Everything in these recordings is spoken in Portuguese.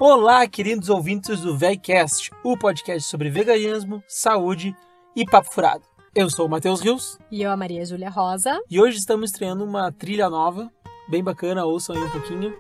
Olá, queridos ouvintes do VegCast, o podcast sobre veganismo, saúde e papo furado. Eu sou o Matheus Rios. E eu, a Maria Júlia Rosa. E hoje estamos estreando uma trilha nova, bem bacana, ouçam aí um pouquinho.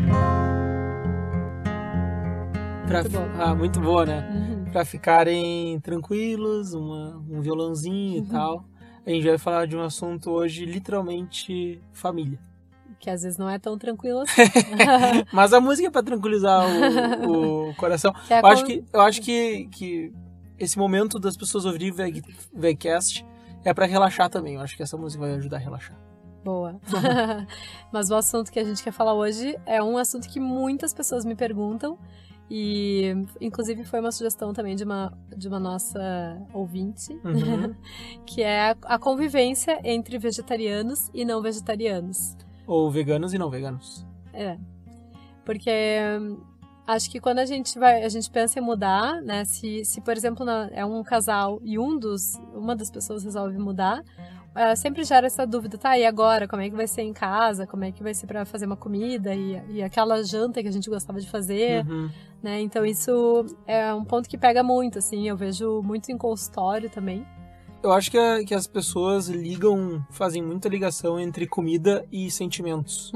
Muito boa, né? Uhum. Pra ficarem tranquilos, um violãozinho e tal. A gente vai falar de um assunto hoje, literalmente, família. Que às vezes não é tão tranquilo assim. Mas a música é pra tranquilizar o coração. Eu acho que esse momento das pessoas ouvirem VegCast é pra relaxar também. Eu acho que essa música vai ajudar a relaxar. Boa. Mas o assunto que a gente quer falar hoje é um assunto que muitas pessoas me perguntam. E, inclusive, foi uma sugestão também de uma nossa ouvinte, que é a convivência entre vegetarianos e não vegetarianos. Ou veganos e não veganos. É, porque acho que quando a gente pensa em mudar, né, se por exemplo, é um casal e uma das pessoas resolve mudar, sempre gera essa dúvida, tá, e agora, como é que vai ser em casa, como é que vai ser para fazer uma comida e aquela janta que a gente gostava de fazer, né, então isso é um ponto que pega muito, assim, eu vejo muito em consultório também. Eu acho que as pessoas fazem muita ligação entre comida e sentimentos.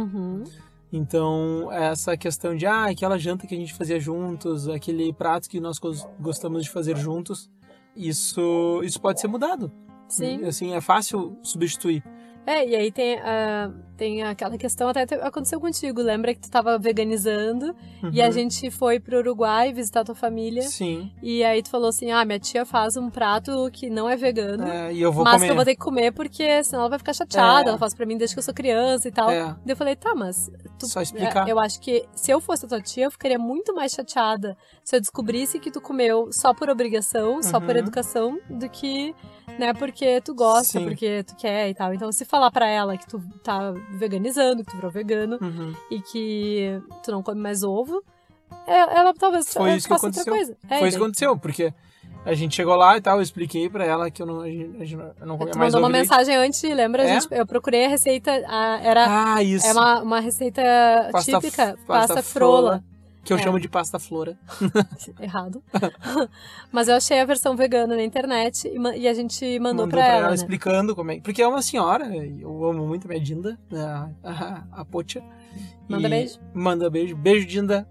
Então, essa questão de, aquela janta que a gente fazia juntos, aquele prato que nós gostamos de fazer juntos, isso pode ser mudado. Sim. Assim, é fácil substituir. E aí tem aquela questão, até aconteceu contigo, lembra que tu tava veganizando e a gente foi pro Uruguai visitar tua família. Sim. E aí tu falou assim, minha tia faz um prato que não é vegano, e eu vou mas comer. que eu vou ter que comer porque senão ela vai ficar chateada, ela faz pra mim desde que eu sou criança e tal. Daí eu falei, tá, mas só explicar. Eu acho que se eu fosse a tua tia, eu ficaria muito mais chateada se eu descobrisse que tu comeu só por obrigação, só por educação, do que, né, porque tu gosta, porque tu quer e tal. Então, se falar pra ela que tu tá veganizando, que tu virou vegano e que tu não come mais ovo, ela talvez Foi isso que faça aconteceu. outra coisa. Foi isso que aconteceu, porque a gente chegou lá e tal, eu expliquei pra ela que eu não comia mais ovo. Tu mandou uma mensagem antes, lembra? Eu procurei a receita, isso. É uma receita típica, pasta frola. Que eu chamo de pasta flora. Errado. Mas eu achei a versão vegana na internet e a gente mandou pra ela, né? Explicando como é. Porque é uma senhora, eu amo muito a minha Dinda, a Pocha. Beijo. Manda beijo. Beijo, Dinda.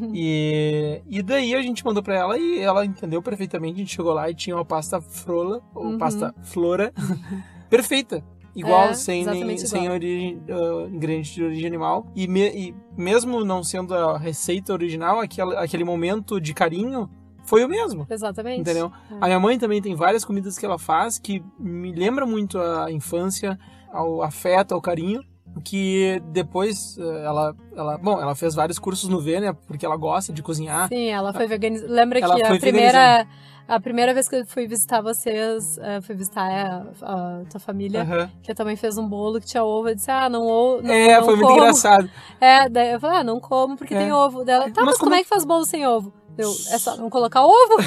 E daí a gente mandou pra ela e ela entendeu perfeitamente. A gente chegou lá e tinha uma pasta frola, ou pasta flora, perfeita. Igual, sem ingrediente de origem animal. E mesmo não sendo a receita original, aquele momento de carinho foi o mesmo. Exatamente. Entendeu? A minha mãe também tem várias comidas que ela faz que me lembram muito a infância, ao afeto, ao carinho. Que depois ela fez vários cursos no V, né? Porque ela gosta de cozinhar. Sim, ela foi veganizada. Lembra que a primeira vez que eu fui visitar vocês, fui visitar a tua família, que também fez um bolo que tinha ovo. Eu disse, não foi muito engraçado. Daí eu falei, não como porque tem ovo. Dela, tá, mas como é que faz bolo sem ovo? É só não colocar ovo?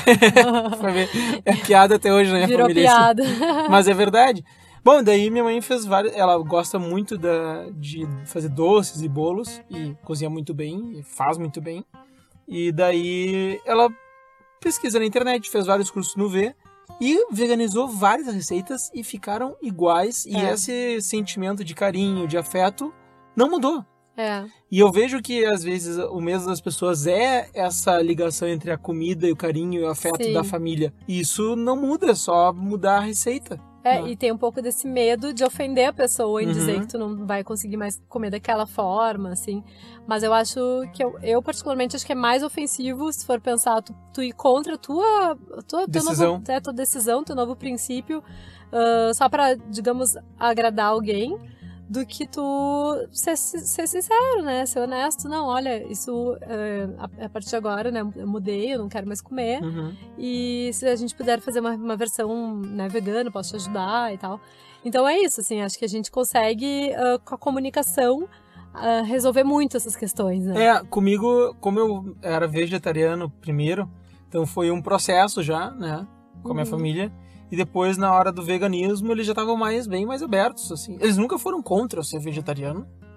É piada até hoje, né? Virou família, piada. Mas é verdade. Bom, daí minha mãe fez vários. Ela gosta muito de fazer doces e bolos e cozinha muito bem, e faz muito bem. E daí ela pesquisa na internet, fez vários cursos no V e veganizou várias receitas e ficaram iguais. E esse sentimento de carinho, de afeto, não mudou. E eu vejo que às vezes o medo das pessoas é essa ligação entre a comida e o carinho e o afeto da família. E isso não muda, é só mudar a receita. E tem um pouco desse medo de ofender a pessoa em dizer que tu não vai conseguir mais comer daquela forma, assim. Mas eu acho que eu particularmente acho que é mais ofensivo se for pensar tu ir contra a tua decisão. Tua decisão, teu novo princípio, só pra, digamos, agradar alguém, do que tu ser sincero, né? Ser honesto. Não, olha, isso a partir de agora, né? Eu mudei, eu não quero mais comer. E se a gente puder fazer uma versão, né, vegana, posso te ajudar e tal. Então é isso, assim, acho que a gente consegue, com a comunicação, resolver muito essas questões, né? Comigo, como eu era vegetariano primeiro, então foi um processo já, né? Com a minha família. E depois, na hora do veganismo, eles já estavam bem mais abertos, assim. Eles nunca foram contra eu ser vegetariano.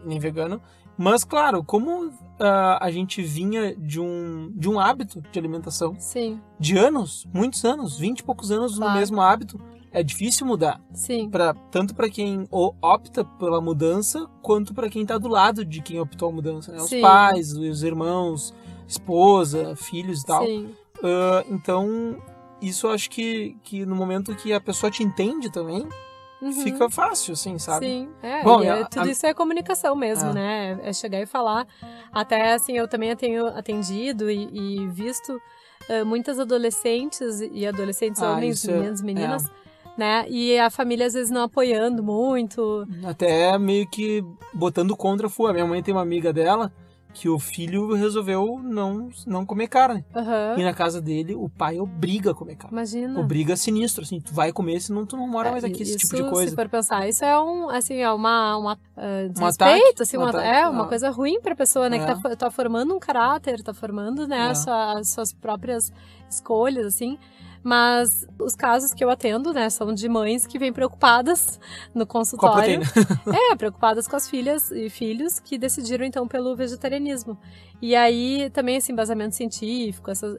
nem vegano. Mas, claro, como a gente vinha de um hábito de alimentação Sim. de anos, muitos anos, 20 e poucos anos no mesmo hábito, é difícil mudar. Sim. Tanto para quem opta pela mudança, quanto para quem tá do lado de quem optou a mudança, né? Os pais, os irmãos, esposa, filhos e tal. Sim. Então, isso eu acho que no momento que a pessoa te entende também, fica fácil, assim, sabe? Sim, Bom, tudo isso é comunicação mesmo, né? É chegar e falar. Até, assim, eu também tenho atendido e visto muitas adolescentes e adolescentes homens, meninos e meninas, né? E a família, às vezes, não apoiando muito. Até meio que botando contra a FUA. Minha mãe tem uma amiga dela que o filho resolveu não comer carne. E na casa dele, o pai obriga a comer carne. Imagina. Obriga sinistro, assim, tu vai comer, senão tu não mora mais aqui, esse tipo de coisa. Se for pensar, isso é uma desrespeito, assim, uma coisa ruim pra pessoa, né, que tá formando um caráter, tá formando, né, as suas próprias escolhas, assim. Mas os casos que eu atendo, né, são de mães que vêm preocupadas no consultório. Preocupadas com as filhas e filhos que decidiram, então, pelo vegetarianismo. E aí, também, esse embasamento científico, essa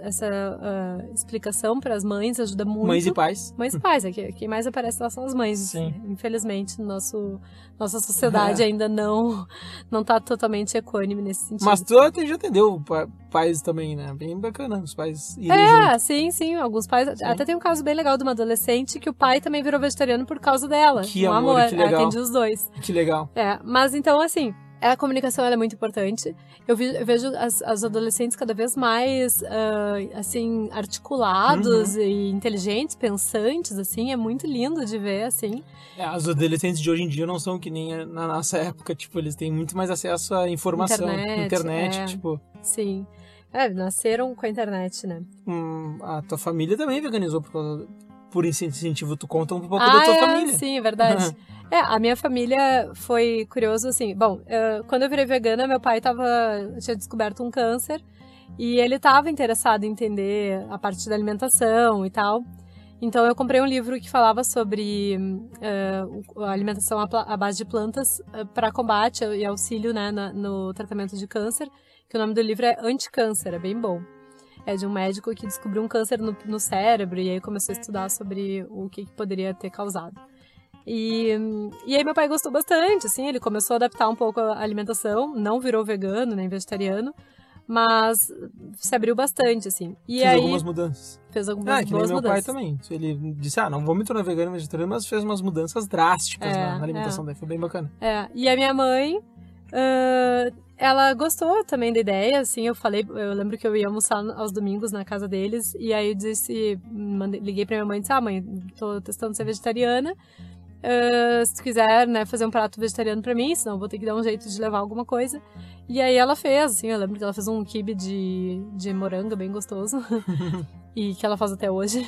explicação para as mães ajuda muito. Mães e pais. Mães e pais, quem mais aparece lá são as mães. Sim. Infelizmente, nossa sociedade ainda não tá totalmente equânime nesse sentido. Mas tu já atendeu pais também, né? Bem bacana, os pais irem junto. Sim, alguns pais. Sim. Até tem um caso bem legal de uma adolescente que o pai também virou vegetariano por causa dela. Que amor, que legal. Atendi os dois. Que legal. Mas então, assim, a comunicação ela é muito importante. Eu vejo as adolescentes cada vez mais, assim, articulados e inteligentes, pensantes, assim. É muito lindo de ver, assim. As adolescentes de hoje em dia não são que nem na nossa época. Tipo, eles têm muito mais acesso à informação. Internet, tipo... Sim. Nasceram com a internet, né? A tua família também veganizou por incentivo. Tu conta um pouco da tua família. Sim, é verdade. A minha família foi curioso, assim... Bom, quando eu virei vegana, meu pai tinha descoberto um câncer e ele estava interessado em entender a parte da alimentação e tal. Então, eu comprei um livro que falava sobre a alimentação à base de plantas para combate e auxílio, né, no tratamento de câncer. Que o nome do livro é Anticâncer, é bem bom. É de um médico que descobriu um câncer no cérebro e aí começou a estudar sobre o que poderia ter causado. E aí meu pai gostou bastante, assim, ele começou a adaptar um pouco a alimentação, não virou vegano nem vegetariano, mas se abriu bastante, assim. Fez algumas mudanças. Fez algumas que nem meu pai também. Ele disse, não vou me tornar vegano e vegetariano, mas fez umas mudanças drásticas na alimentação dele, foi bem bacana. E a minha mãe... ela gostou também da ideia, assim, eu lembro que eu ia almoçar aos domingos na casa deles, e aí eu liguei pra minha mãe e disse, mãe, tô testando ser vegetariana, se tu quiser, né, fazer um prato vegetariano pra mim, senão eu vou ter que dar um jeito de levar alguma coisa. E aí ela fez, assim, eu lembro que ela fez um quibe de morango bem gostoso, e que ela faz até hoje.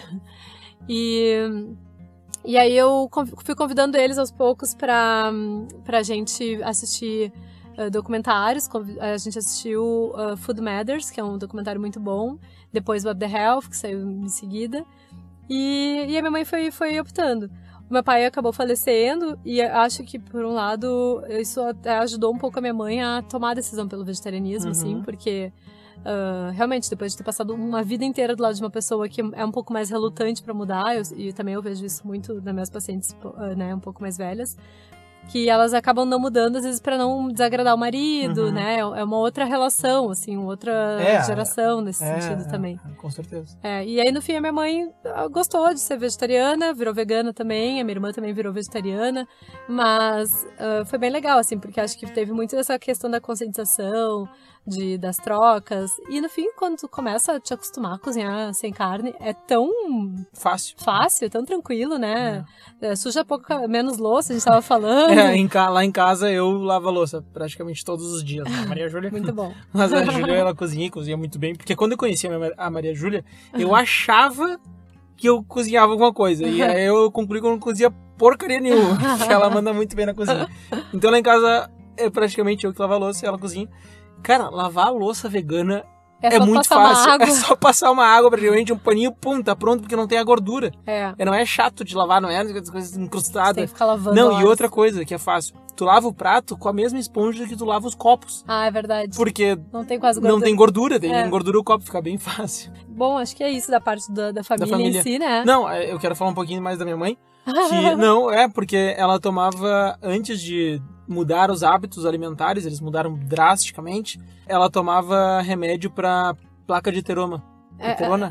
E aí eu fui convidando eles aos poucos pra gente assistir documentários. A gente assistiu Food Matters, que é um documentário muito bom. Depois What the Health, que saiu em seguida. E a minha mãe foi optando. O meu pai acabou falecendo e acho que, por um lado, isso até ajudou um pouco a minha mãe a tomar a decisão pelo vegetarianismo, assim, porque... realmente, depois de ter passado uma vida inteira do lado de uma pessoa que é um pouco mais relutante para mudar, e também eu vejo isso muito nas minhas pacientes, né, um pouco mais velhas, que elas acabam não mudando, às vezes, para não desagradar o marido, né? É uma outra relação, assim, outra geração nesse sentido também. Com certeza. E aí, no fim, a minha mãe gostou de ser vegetariana, virou vegana também, a minha irmã também virou vegetariana, mas foi bem legal, assim, porque acho que teve muito dessa questão da conscientização, das trocas, e no fim, quando tu começa a te acostumar a cozinhar sem carne, é tão fácil, tão tranquilo, né? Suja menos louça, a gente tava falando. Lá em casa eu lavo a louça praticamente todos os dias, né? A Maria Júlia. Muito bom. Mas a Júlia, ela cozinha muito bem, porque quando eu conheci a Maria Júlia, eu achava que eu cozinhava alguma coisa, e aí eu concluí que eu não cozinha porcaria nenhuma, que ela manda muito bem na cozinha. Então lá em casa é praticamente eu que lavo a louça e ela cozinha. Cara, lavar a louça vegana é muito fácil. É só passar uma água, praticamente um paninho, tá pronto, porque não tem a gordura. Não é chato de lavar, não é coisas incrustadas. Tem que ficar lavando. Não, e outra coisa que é fácil. tu lava o prato com a mesma esponja que tu lava os copos. Ah, é verdade. Porque não tem quase gordura. Não tem gordura, tem gordura o copo, fica bem fácil. Bom, acho que é isso da parte da família em si, né? Não, eu quero falar um pouquinho mais da minha mãe. Porque ela tomava, antes de mudar os hábitos alimentares, eles mudaram drasticamente, ela tomava remédio pra placa de ateroma. Aterona?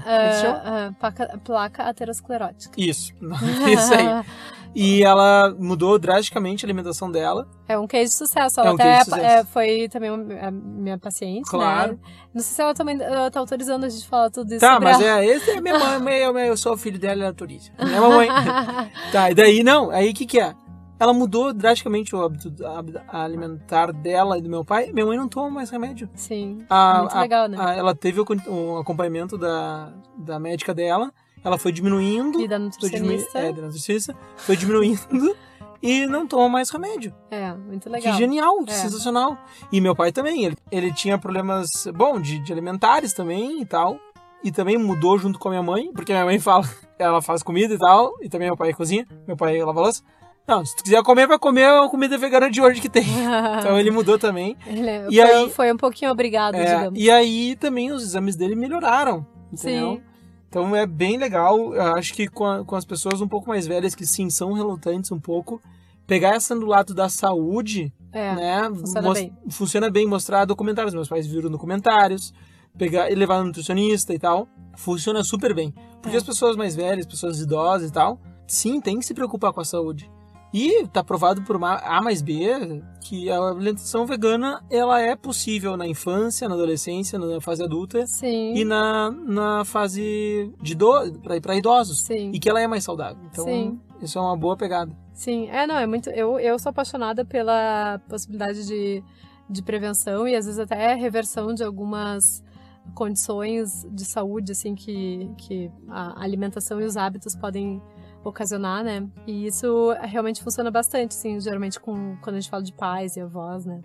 Placa aterosclerótica. Isso aí. E ela mudou drasticamente a alimentação dela. É um case de sucesso. Ela foi também a minha paciente, claro. Né? Não sei se ela também tá autorizando a gente falar tudo isso. Tá, mas esse é minha mãe, eu sou o filho dela, ela autoriza. Minha mamãe. Tá, e daí aí o que é? Ela mudou drasticamente o hábito alimentar dela e do meu pai. Minha mãe não toma mais remédio. Sim, muito legal, né? Ela teve o acompanhamento da médica dela. Ela foi diminuindo. E da nutricionista. Da nutricionista. Foi diminuindo e não toma mais remédio. Muito legal. Que genial, que sensacional. E meu pai também. Ele tinha problemas, de alimentares também e tal. E também mudou junto com a minha mãe. Porque minha mãe ela faz comida e tal. E também meu pai cozinha. Meu pai lava louça. Não, se tu quiser comer, vai comer a comida vegana de hoje que tem. Então ele mudou também. Foi um pouquinho obrigado, digamos. E aí também os exames dele melhoraram, entendeu? Sim. Então é bem legal. Eu acho que com as pessoas um pouco mais velhas, que sim, são relutantes um pouco, pegar essa do lado da saúde, né? Funciona bem, mostrar documentários. Meus pais viram documentários, pegar e levar no nutricionista e tal. Funciona super bem. Porque as pessoas mais velhas, pessoas idosas e tal, sim, tem que se preocupar com a saúde. E tá provado por A mais B que a alimentação vegana ela é possível na infância, na adolescência, na fase adulta. Sim. E na fase para idosos. Sim. E que ela é mais saudável. Então, isso é uma boa pegada. Sim, é muito. Eu sou apaixonada pela possibilidade de prevenção e às vezes até reversão de algumas condições de saúde assim que a alimentação e os hábitos podem ocasionar, né? E isso realmente funciona bastante, assim, geralmente quando a gente fala de pais e avós, né?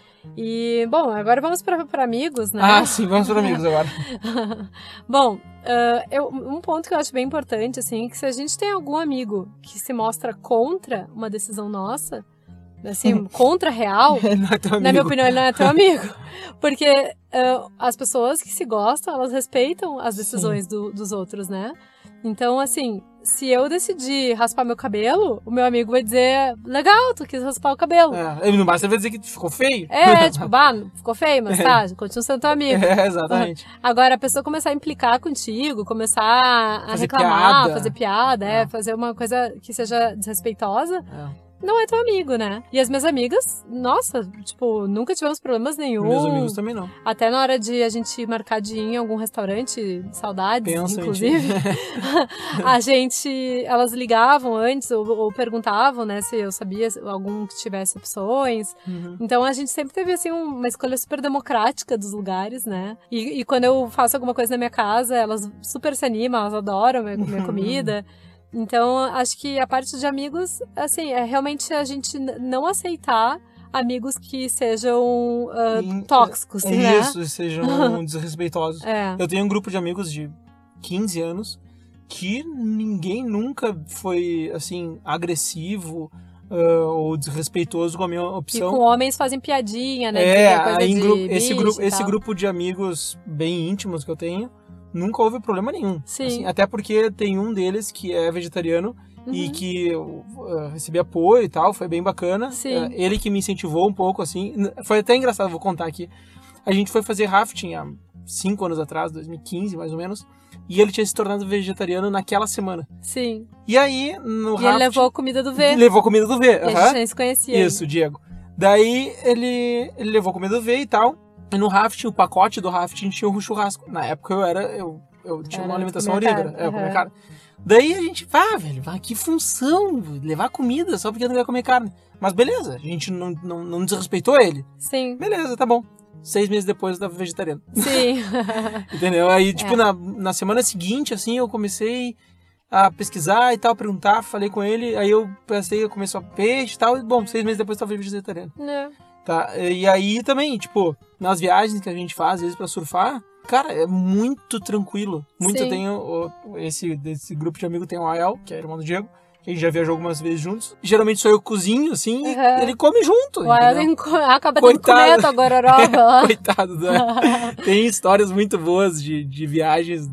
E, bom, agora vamos para amigos, né? Ah, sim, vamos para amigos agora. Bom, um ponto que eu acho bem importante, assim, é que se a gente tem algum amigo que se mostra contra uma decisão nossa, assim, contra real, na minha opinião, ele não é teu amigo. Porque as pessoas que se gostam, elas respeitam as decisões dos outros, né? Então, assim, se eu decidir raspar meu cabelo, o meu amigo vai dizer, legal, tu quis raspar o cabelo. Não basta ele dizer que ficou feio. Ficou feio, mas tá, continua sendo teu amigo. Exatamente. Agora, a pessoa começar a implicar contigo, começar a reclamar, fazer piada, fazer uma coisa que seja desrespeitosa, não é teu amigo, né? E as minhas amigas, nossa, tipo, nunca tivemos problemas nenhum. Meus amigos também não. Até na hora de a gente marcar de ir em algum restaurante, saudades, inclusive, elas ligavam antes ou perguntavam, né, se eu sabia algum que tivesse opções. Então a gente sempre teve, assim, uma escolha super democrática dos lugares, né? E quando eu faço alguma coisa na minha casa, elas super se animam, elas adoram minha comida. Então, acho que a parte de amigos, assim, é realmente a gente não aceitar amigos que sejam tóxicos, né? Isso, sejam desrespeitosos. Eu tenho um grupo de amigos de 15 anos que ninguém nunca foi, assim, agressivo ou desrespeitoso com a minha opção. E com homens fazem piadinha, né? Esse grupo de amigos bem íntimos que eu tenho, nunca houve problema nenhum. Sim. Assim, até porque tem um deles que é vegetariano e que recebi apoio e tal, foi bem bacana. Sim. Ele que me incentivou um pouco, assim. Foi até engraçado, vou contar aqui. A gente foi fazer rafting há 5 anos atrás, 2015 mais ou menos, e ele tinha se tornado vegetariano naquela semana. Sim. E aí, no rafting... ele levou a comida do V. Levou comida do V. E a gente nem se conhecia. Isso, Diego. Daí, ele levou comida do V e tal. E no rafting, o pacote do rafting tinha um churrasco. Na época eu tinha uma alimentação onívora. Eu comia carne. Daí a gente, velho, que função, levar comida só porque eu não ia comer carne. Mas beleza, a gente não desrespeitou ele. Sim. Beleza, tá bom. 6 meses depois eu tava vegetariano. Sim. Entendeu? Aí, tipo, na semana seguinte, assim, eu comecei a pesquisar e tal, perguntar, falei com ele, aí eu pensei, começou a peixe e tal, e bom, 6 meses depois eu tava vegetariano. Tá? E aí também, tipo, nas viagens que a gente faz, às vezes pra surfar, cara, é muito tranquilo. Muito. Eu tenho desse grupo de amigos, tem o Ael, que é irmão do Diego, que a gente já viajou algumas vezes juntos. Geralmente sou eu que cozinho, assim, e Uhum. ele come junto. O Alan acaba tendo que Coitado. comer tua gororoba lá. Coitado, né? Tem histórias muito boas de viagens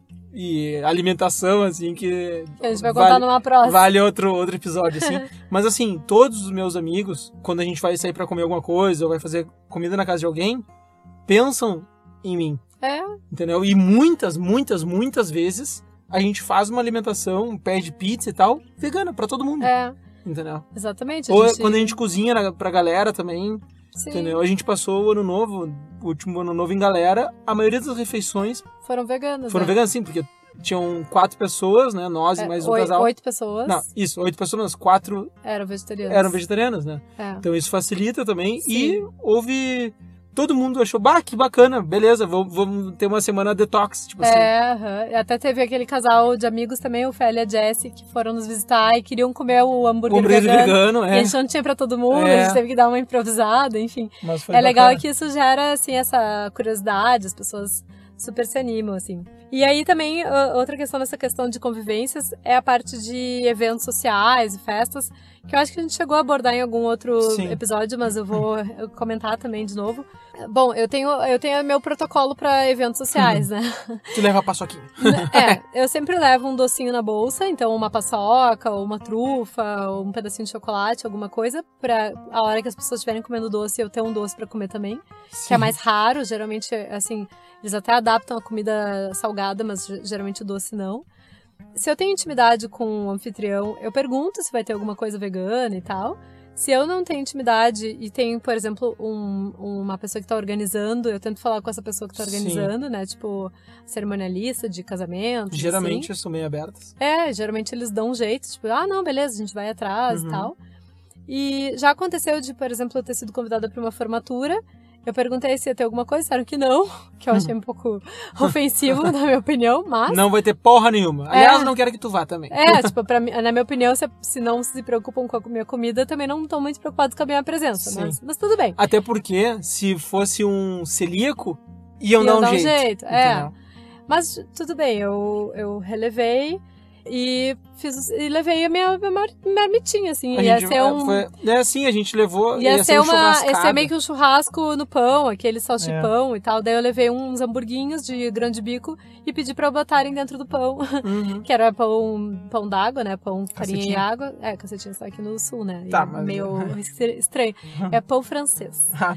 e alimentação, assim, que A gente vai contar numa próxima. vale outro episódio, assim. Mas, assim, todos os meus amigos, quando a gente vai sair pra comer alguma coisa ou vai fazer comida na casa de alguém, pensam em mim, É, entendeu? E muitas vezes a gente faz uma alimentação, pede pizza e tal, vegana pra todo mundo, entendeu? exatamente. Ou quando a gente cozinha pra galera também, Sim, entendeu? A gente passou o ano novo, o último ano novo em galera, a maioria das refeições foram veganas. foram né? veganas, sim, porque tinham 4 pessoas, né? Nós e mais um casal. 8 pessoas Não, isso, 8 pessoas, mas 4 eram vegetarianas. eram vegetarianas, né? É. Então isso facilita também. Sim. E houve... Todo mundo achou, que bacana, beleza, vamos ter uma semana detox, tipo assim. Aham. Até teve aquele casal de amigos também, o Félix e a Jessie, que foram nos visitar e queriam comer o hambúrguer vegano. E a gente não tinha pra todo mundo, a gente teve que dar uma improvisada, enfim. Mas foi legal bacana. que isso gera, assim, essa curiosidade, as pessoas super se animam, assim. E aí também, outra questão dessa questão de convivências é a parte de eventos sociais e festas, que eu acho que a gente chegou a abordar em algum outro episódio, mas eu vou comentar também de novo. Bom, eu tenho meu protocolo para eventos sociais, né? Tu leva a paçoquinha. Eu sempre levo um docinho na bolsa, então uma paçoca, ou uma trufa, ou um pedacinho de chocolate, alguma coisa, pra a hora que as pessoas estiverem comendo doce, eu ter um doce para comer também, que é mais raro, geralmente, assim, eles até adaptam a comida salgada, mas geralmente o doce não. Se eu tenho intimidade com o anfitrião, eu pergunto se vai ter alguma coisa vegana e tal. Se eu não tenho intimidade e tenho, por exemplo, uma pessoa que está organizando, eu tento falar com essa pessoa que está organizando, né? Tipo, cerimonialista de casamento. Geralmente assim. são meio abertas. Geralmente eles dão um jeito, tipo, não, beleza, a gente vai atrás e tal. E já aconteceu de, por exemplo, eu ter sido convidada para uma formatura. Eu perguntei se ia ter alguma coisa, disseram que não, que eu achei um pouco ofensivo, na minha opinião, mas... Não vai ter porra nenhuma. Aliás, não quero que tu vá também. Tipo, na minha opinião, se não se preocupam com a minha comida, também não estão muito preocupados com a minha presença, mas tudo bem. Até porque, se fosse um celíaco, iam dar um jeito. Mas tudo bem, eu relevei e levei a minha marmitinha, assim. Ia ser a gente levou. Ia ser meio que um churrasco no pão, aquele salchipão e tal. Daí eu levei uns hamburguinhos de grande bico e pedi pra botarem dentro do pão. Que era pão d'água, né? Pão, farinha e água. Cacetinha está aqui no sul, né? Tá, mas... Meio estranho. É pão francês. Tá.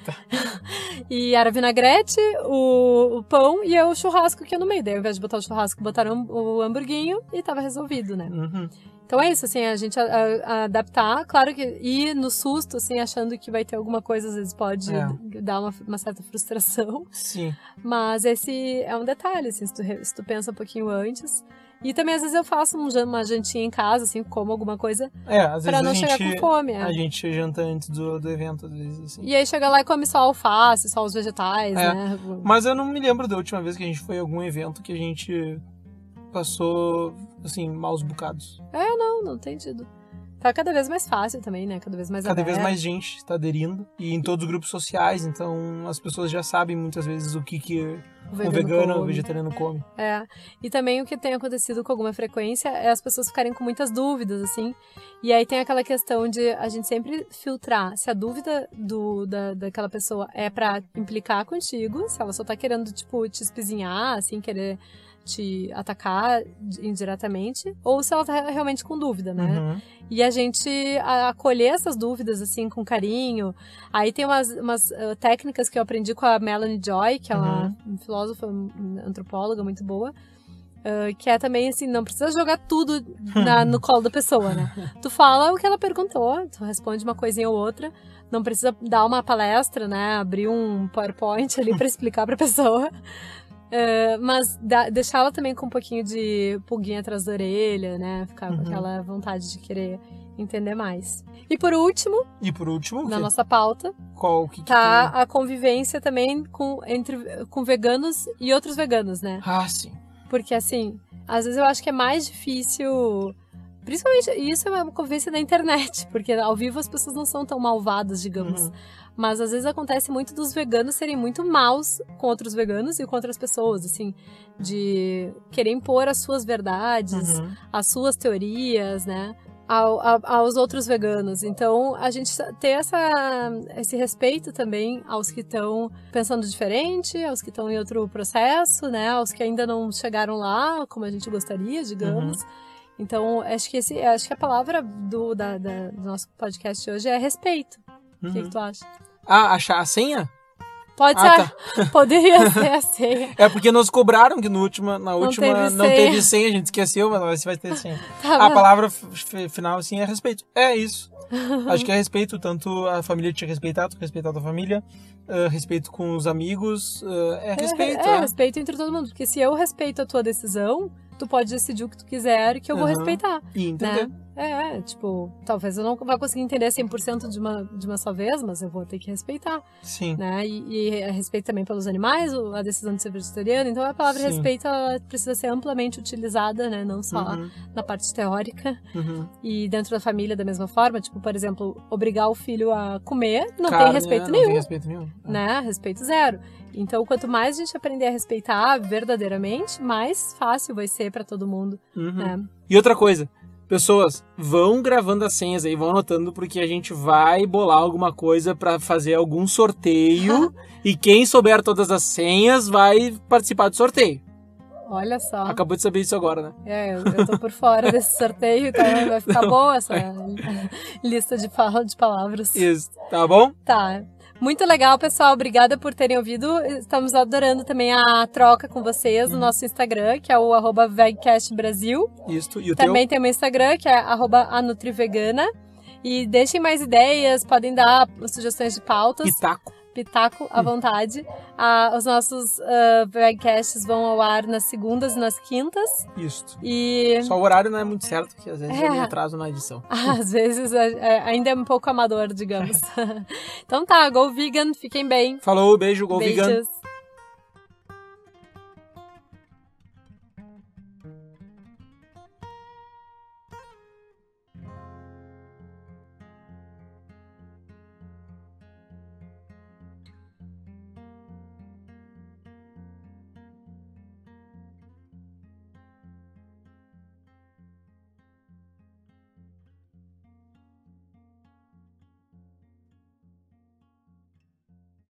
E era vinagrete, o pão e o churrasco que ia no meio. Daí ao invés de botar o churrasco, botaram o hamburguinho e tava resolvido, né? Então é isso, assim, a gente adaptar, claro que ir no susto, assim, achando que vai ter alguma coisa, às vezes pode dar uma certa frustração. Sim. Mas esse é um detalhe, assim, se tu pensa um pouquinho antes. E também, às vezes, eu faço uma jantinha em casa, assim, como alguma coisa, às pra vezes não chegar com fome. A gente janta antes do evento, às vezes, assim. E aí chega lá e come só alface, só os vegetais, né? Mas eu não me lembro da última vez que a gente foi a algum evento que a gente passou, assim, maus bocados. Não tem tido. Tá cada vez mais fácil também, né? Cada vez mais Cada aberto. vez mais gente está aderindo. E em todos os grupos sociais, então as pessoas já sabem muitas vezes o que o vegano ou o vegetariano come. E também o que tem acontecido com alguma frequência é as pessoas ficarem com muitas dúvidas, assim. E aí tem aquela questão de a gente sempre filtrar se a dúvida daquela pessoa é pra implicar contigo, se ela só tá querendo, tipo, te espizinhar, assim, querer te atacar indiretamente, ou se ela tá realmente com dúvida, né? E a gente acolher essas dúvidas, assim, com carinho. Aí tem umas técnicas que eu aprendi com a Melanie Joy, que é uma filósofa, uma antropóloga muito boa, que é também, assim, não precisa jogar tudo no colo da pessoa, né? Tu fala o que ela perguntou, tu responde uma coisinha ou outra, não precisa dar uma palestra, né? Abrir um PowerPoint ali pra explicar pra pessoa. Mas deixar ela também com um pouquinho de pulguinha atrás da orelha, né? Ficar com aquela vontade de querer entender mais. E por último na nossa pauta, qual que tá a convivência também com veganos e outros veganos, né? Sim. Porque, assim, às vezes eu acho que é mais difícil... Principalmente, isso é uma convivência na internet, porque ao vivo as pessoas não são tão malvadas, digamos. Mas às vezes acontece muito dos veganos serem muito maus com outros veganos e com outras pessoas, assim, de querer impor as suas verdades, as suas teorias, né? aos outros veganos. Então, a gente ter esse respeito também aos que estão pensando diferente, aos que estão em outro processo, né? Aos que ainda não chegaram lá, como a gente gostaria, digamos. Então, acho que a palavra do nosso podcast hoje é respeito. O que tu acha? Achar a senha? Pode ser. Tá. Poderia ser a senha. É porque nos cobraram que na última não teve senha, a gente esqueceu, mas vai ter senha. Tá, a palavra final, assim, é respeito. É isso. Acho que é respeito, tanto a família te respeitar, tu respeitar a tua família, respeito com os amigos, respeito. Respeito entre todo mundo, porque se eu respeito a tua decisão, tu pode decidir o que tu quiser que eu vou respeitar. E entender. Né? Talvez eu não vá conseguir entender 100% de uma só vez, mas eu vou ter que respeitar. Sim. Né? E respeito também pelos animais, a decisão de ser vegetariano. Então a palavra respeito ela precisa ser amplamente utilizada, né? Não só na parte teórica. E dentro da família da mesma forma. Tipo, por exemplo, obrigar o filho a comer não tem respeito nenhum. Não tem respeito nenhum. Né? Respeito zero. Então, quanto mais a gente aprender a respeitar verdadeiramente, mais fácil vai ser pra todo mundo. Né? E outra coisa, pessoas, vão gravando as senhas aí, vão anotando, porque a gente vai bolar alguma coisa pra fazer algum sorteio e quem souber todas as senhas vai participar do sorteio. Olha só. Acabou de saber isso agora, né? Eu tô por fora desse sorteio, então vai ficar boa essa lista de palavras. Isso, tá bom? Tá. Muito legal, pessoal. Obrigada por terem ouvido. Estamos adorando também a troca com vocês no nosso Instagram, que é o @vegcastbrasil. Isso. E o também tem o meu Instagram, que é @anutrivegana. E deixem mais ideias, podem dar sugestões de pautas. Pitaco à vontade. Os nossos vegcasts vão ao ar nas segundas e nas quintas. Isso. E... Só o horário não é muito certo, porque às vezes eu me atraso na edição. Às vezes ainda é um pouco amador, digamos. Então tá, go vegan, fiquem bem. Falou, beijo, go vegan. Beijos.